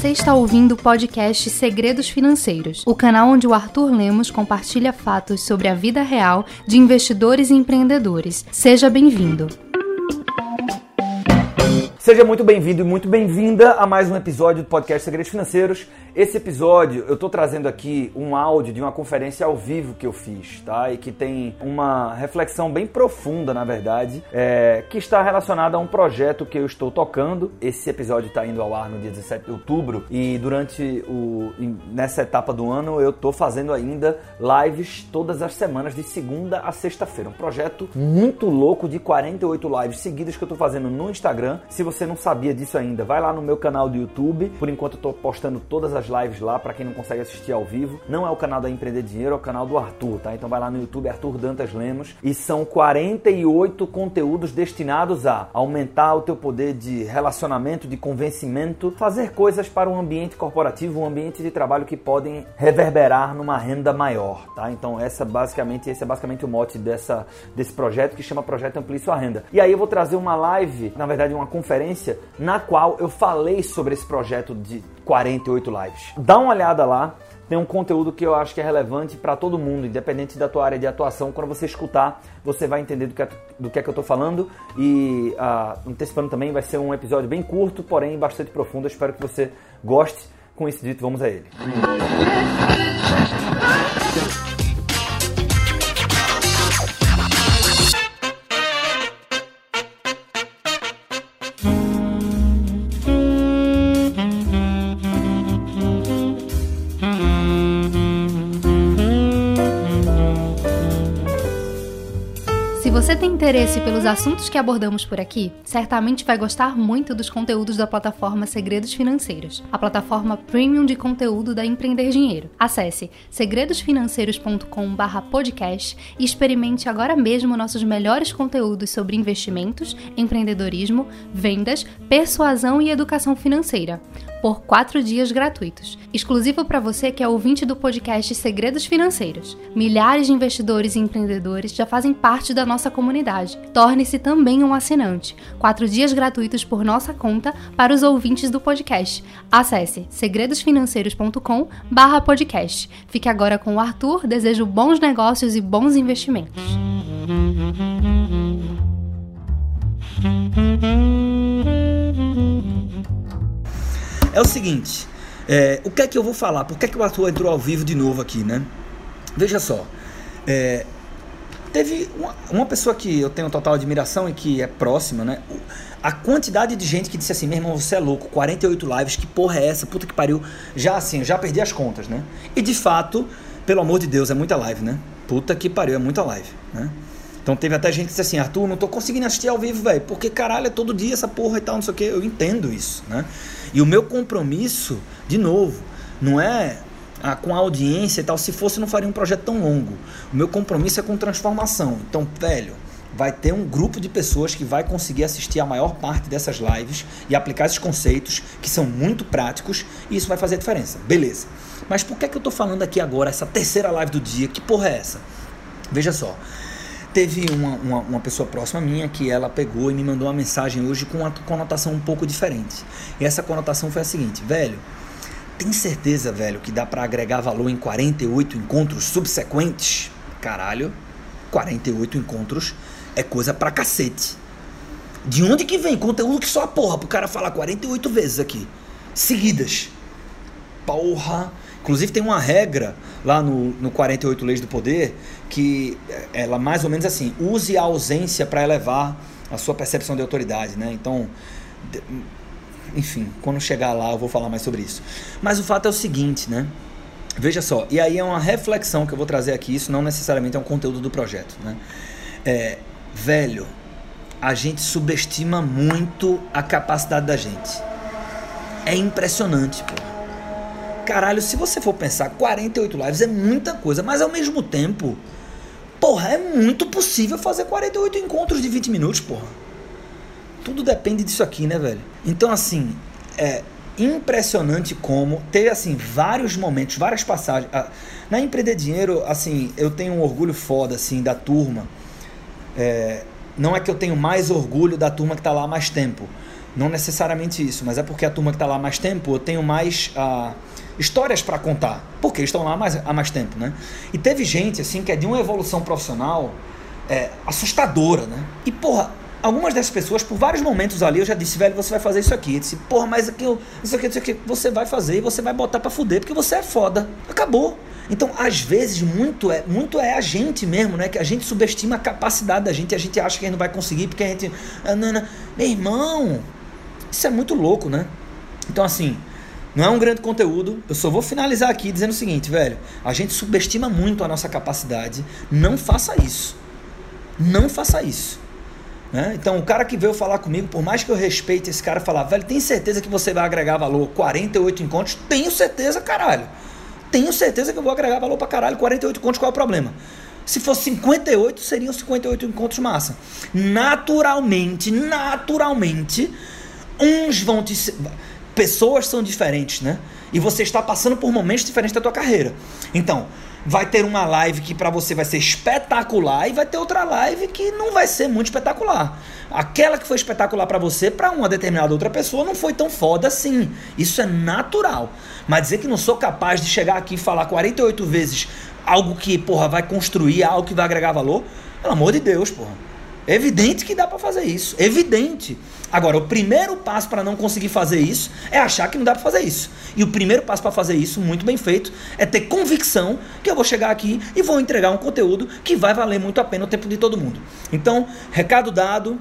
Você está ouvindo o podcast Segredos Financeiros, o canal onde o Arthur Lemos compartilha fatos sobre a vida real de investidores e empreendedores. Seja bem-vindo. Seja muito bem-vindo e muito bem-vinda a mais um episódio do podcast Segredos Financeiros. Esse episódio eu estou trazendo aqui um áudio de uma conferência ao vivo que eu fiz, tá? E que tem uma reflexão bem profunda, na verdade, que está relacionada a um projeto que eu estou tocando. Esse episódio está indo ao ar no dia 17 de outubro e nessa etapa do ano eu estou fazendo ainda lives todas as semanas, de segunda a sexta-feira. Um projeto muito louco de 48 lives seguidas que eu estou fazendo no Instagram. Se você não sabia disso ainda, vai lá no meu canal do YouTube. Por enquanto eu estou postando todas as lives lá para quem não consegue assistir ao vivo. Não é o canal da Empreender Dinheiro, é o canal do Arthur, tá? Então vai lá no YouTube, Arthur Dantas Lemos, e são 48 conteúdos destinados a aumentar o teu poder de relacionamento, de convencimento, fazer coisas para um ambiente corporativo, um ambiente de trabalho que podem reverberar numa renda maior, tá? Então esse é basicamente o mote desse projeto, que chama Projeto Amplie Sua Renda. E aí eu vou trazer uma live, na verdade uma conferência, na qual eu falei sobre esse projeto de 48 lives. Dá uma olhada lá, tem um conteúdo que eu acho que é relevante para todo mundo, independente da tua área de atuação. Quando você escutar, você vai entender do que é que eu estou falando. E antecipando também, vai ser um episódio bem curto, porém bastante profundo. Eu espero que você goste. Com isso dito, vamos a ele. Se você tem interesse pelos assuntos que abordamos por aqui, certamente vai gostar muito dos conteúdos da plataforma Segredos Financeiros, a plataforma premium de conteúdo da Empreender Dinheiro. Acesse segredosfinanceiros.com/podcast e experimente agora mesmo nossos melhores conteúdos sobre investimentos, empreendedorismo, vendas, persuasão e educação financeira, por 4 dias gratuitos, exclusivo para você que é ouvinte do podcast Segredos Financeiros. Milhares de investidores e empreendedores já fazem parte da nossa comunidade. Torne-se também um assinante. 4 dias gratuitos por nossa conta para os ouvintes do podcast. Acesse segredosfinanceiros.com/podcast. Fique agora com o Arthur. Desejo bons negócios e bons investimentos. É o seguinte, o que é que eu vou falar? Por que é que o Arthur entrou ao vivo de novo aqui, né? Veja só, teve uma pessoa que eu tenho total admiração e que é próxima, né? A quantidade de gente que disse assim: meu irmão, você é louco, 48 lives, que porra é essa? Puta que pariu. Já perdi as contas, né? E de fato, pelo amor de Deus, é muita live, né? Puta que pariu, é muita live, né? Então teve até gente que disse assim: Arthur, não tô conseguindo assistir ao vivo, velho, porque caralho, é todo dia essa porra e tal, não sei o que. Eu entendo isso, né? E o meu compromisso, de novo, não é com a audiência e tal. Se fosse, eu não faria um projeto tão longo. O meu compromisso é com transformação. Então, velho, vai ter um grupo de pessoas que vai conseguir assistir a maior parte dessas lives e aplicar esses conceitos que são muito práticos, e isso vai fazer a diferença. Beleza. Mas por que é que eu tô falando aqui agora, essa terceira live do dia? Que porra é essa? Veja só. Teve uma pessoa próxima minha que ela pegou e me mandou uma mensagem hoje com uma conotação um pouco diferente. E essa conotação foi a seguinte: velho, tem certeza, velho, que dá pra agregar valor em 48 encontros subsequentes? Caralho, 48 encontros é coisa pra cacete. De onde que vem conteúdo que só a porra pro cara falar 48 vezes aqui, seguidas? Porra! Inclusive tem uma regra lá no 48 Leis do Poder, que ela mais ou menos assim: use a ausência para elevar a sua percepção de autoridade, né? Então, enfim, quando chegar lá eu vou falar mais sobre isso. Mas o fato é o seguinte, né? Veja só, e aí é uma reflexão que eu vou trazer aqui, isso não necessariamente é um conteúdo do projeto, né? Velho, a gente subestima muito a capacidade da gente. É impressionante, pô. Caralho, se você for pensar, 48 lives é muita coisa, mas ao mesmo tempo, porra, é muito possível fazer 48 encontros de 20 minutos, porra. Tudo depende disso aqui, né, velho? Então, assim, é impressionante como ter, assim, vários momentos, várias passagens. Na Empreender Dinheiro, assim, eu tenho um orgulho foda, assim, da turma. Não é que eu tenho mais orgulho da turma que tá lá há mais tempo, Não necessariamente isso, mas é porque a turma que está lá há mais tempo, eu tenho mais histórias para contar, porque eles estão lá há mais tempo, né? E teve gente, assim, que é de uma evolução profissional assustadora, né? E, porra, algumas dessas pessoas, por vários momentos ali, eu já disse, velho, você vai fazer isso aqui. Eu disse, porra, mas isso aqui, você vai fazer e você vai botar pra fuder, porque você é foda. Acabou. Então, às vezes, muito é a gente mesmo, né? Que a gente subestima a capacidade da gente, e a gente acha que a gente não vai conseguir, porque a gente... Não. Meu irmão, isso é muito louco, né? Então, assim, não é um grande conteúdo. Eu só vou finalizar aqui dizendo o seguinte, velho. A gente subestima muito a nossa capacidade. Não faça isso. Não faça isso. Né? Então, o cara que veio falar comigo, por mais que eu respeite esse cara, falar, velho, tem certeza que você vai agregar valor? 48 encontros? Tenho certeza, caralho. Tenho certeza que eu vou agregar valor pra caralho. 48 encontros, qual é o problema? Se fosse 58, seriam 58 encontros massa. Naturalmente, uns vão te... Pessoas são diferentes, né? E você está passando por momentos diferentes da tua carreira. Então, vai ter uma live que pra você vai ser espetacular e vai ter outra live que não vai ser muito espetacular. Aquela que foi espetacular pra você, pra uma determinada outra pessoa, não foi tão foda assim. Isso é natural. Mas dizer que não sou capaz de chegar aqui e falar 48 vezes algo que, porra, vai construir, algo que vai agregar valor, pelo amor de Deus, porra. É evidente que dá pra fazer isso. Evidente. Agora, o primeiro passo para não conseguir fazer isso é achar que não dá para fazer isso. E o primeiro passo para fazer isso, muito bem feito, é ter convicção que eu vou chegar aqui e vou entregar um conteúdo que vai valer muito a pena o tempo de todo mundo. Então, recado dado,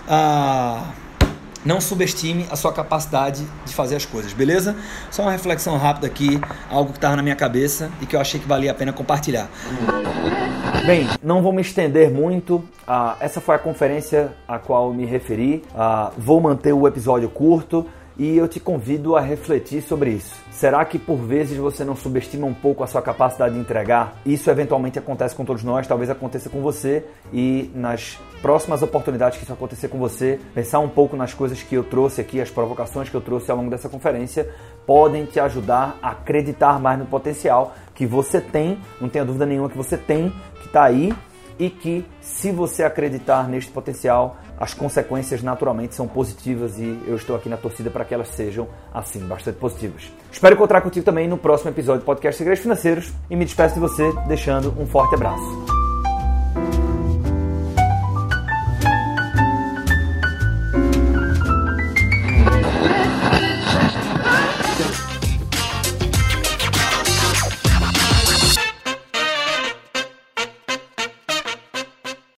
não subestime a sua capacidade de fazer as coisas, beleza? Só uma reflexão rápida aqui, algo que estava na minha cabeça e que eu achei que valia a pena compartilhar. Bem, não vou me estender muito. Essa foi a conferência a qual eu me referi. Vou manter o episódio curto e eu te convido a refletir sobre isso. Será que por vezes você não subestima um pouco a sua capacidade de entregar? Isso eventualmente acontece com todos nós, talvez aconteça com você, e nas próximas oportunidades que isso acontecer com você, pensar um pouco nas coisas que eu trouxe aqui, as provocações que eu trouxe ao longo dessa conferência, podem te ajudar a acreditar mais no potencial que você tem, não tenha dúvida nenhuma que você tem, que está aí, e que se você acreditar neste potencial, as consequências naturalmente são positivas e eu estou aqui na torcida para que elas sejam, assim, bastante positivas. Espero encontrar contigo também no próximo episódio do podcast Segredos Financeiros e me despeço de você deixando um forte abraço.